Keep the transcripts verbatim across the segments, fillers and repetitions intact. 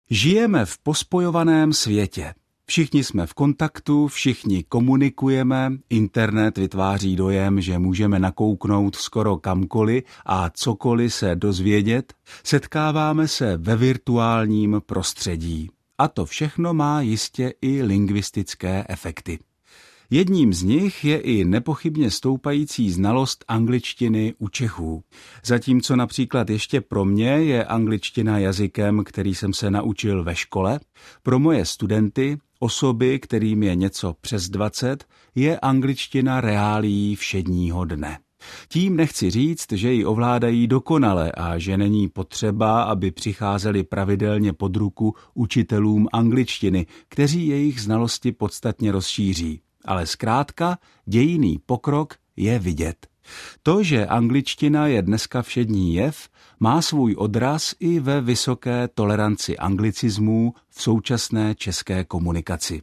Žijeme v pospojovaném světě. Všichni jsme v kontaktu, všichni komunikujeme, internet vytváří dojem, že můžeme nakouknout skoro kamkoliv a cokoliv se dozvědět, setkáváme se ve virtuálním prostředí. A to všechno má jistě i lingvistické efekty. Jedním z nich je i nepochybně stoupající znalost angličtiny u Čechů. Zatímco například ještě pro mě je angličtina jazykem, který jsem se naučil ve škole, pro moje studenty, osoby, kterým je něco přes dvacet, je angličtina reálií všedního dne. Tím nechci říct, že ji ovládají dokonale a že není potřeba, aby přicházeli pravidelně pod ruku učitelům angličtiny, kteří jejich znalosti podstatně rozšíří. Ale zkrátka dějinný pokrok je vidět. To, že angličtina je dneska všední jev, má svůj odraz i ve vysoké toleranci anglicismů v současné české komunikaci.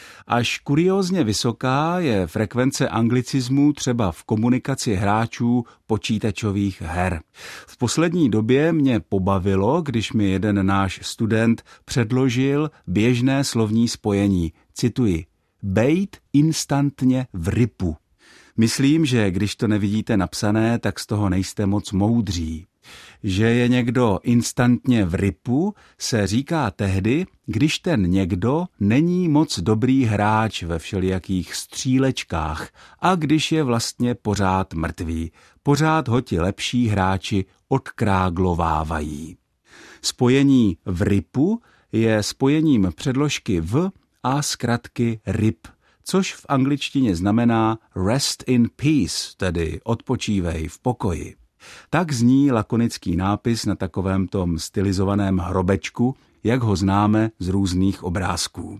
Až kuriózně vysoká je frekvence anglicismů třeba v komunikaci hráčů počítačových her. V poslední době mě pobavilo, když mi jeden náš student předložil běžné slovní spojení, cituji, bejt instantně v ripu. Myslím, že když to nevidíte napsané, tak z toho nejste moc moudří. Že je někdo instantně v ripu, se říká tehdy, když ten někdo není moc dobrý hráč ve všelijakých střílečkách a když je vlastně pořád mrtvý. Pořád ho ti lepší hráči odkráglovávají. Spojení v ripu je spojením předložky v a zkratky rip, což v angličtině znamená rest in peace, tedy odpočívej v pokoji. Tak zní lakonický nápis na takovém tom stylizovaném hrobečku, jak ho známe z různých obrázků.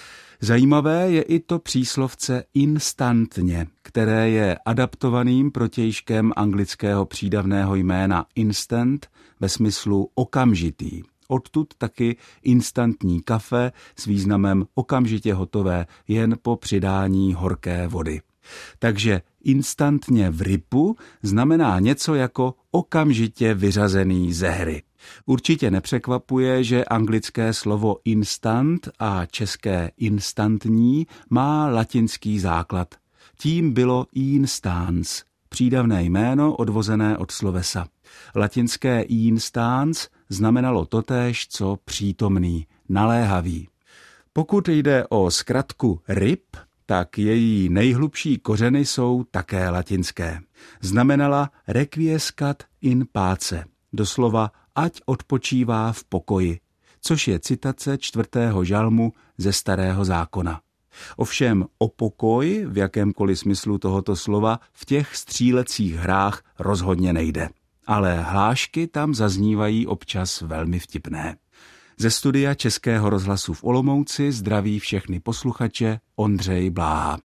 Zajímavé je i to příslovce instantně, které je adaptovaným protějškem anglického přídavného jména instant ve smyslu okamžitý. Odtud taky instantní kafe s významem okamžitě hotové jen po přidání horké vody. Takže instantně v ripu znamená něco jako okamžitě vyřazený ze hry. Určitě nepřekvapuje, že anglické slovo instant a české instantní má latinský základ. Tím bylo instans, přídavné jméno odvozené od slovesa. Latinské instans znamenalo totéž, co přítomný, naléhavý. Pokud jde o zkratku rip, tak její nejhlubší kořeny jsou také latinské. Znamenala requiescat in pace, doslova ať odpočívá v pokoji, což je citace čtvrtého žalmu ze Starého zákona. Ovšem o pokoj v jakémkoliv smyslu tohoto slova v těch střílecích hrách rozhodně nejde. Ale hlášky tam zaznívají občas velmi vtipné. Ze studia Českého rozhlasu v Olomouci zdraví všechny posluchače Ondřej Bláha.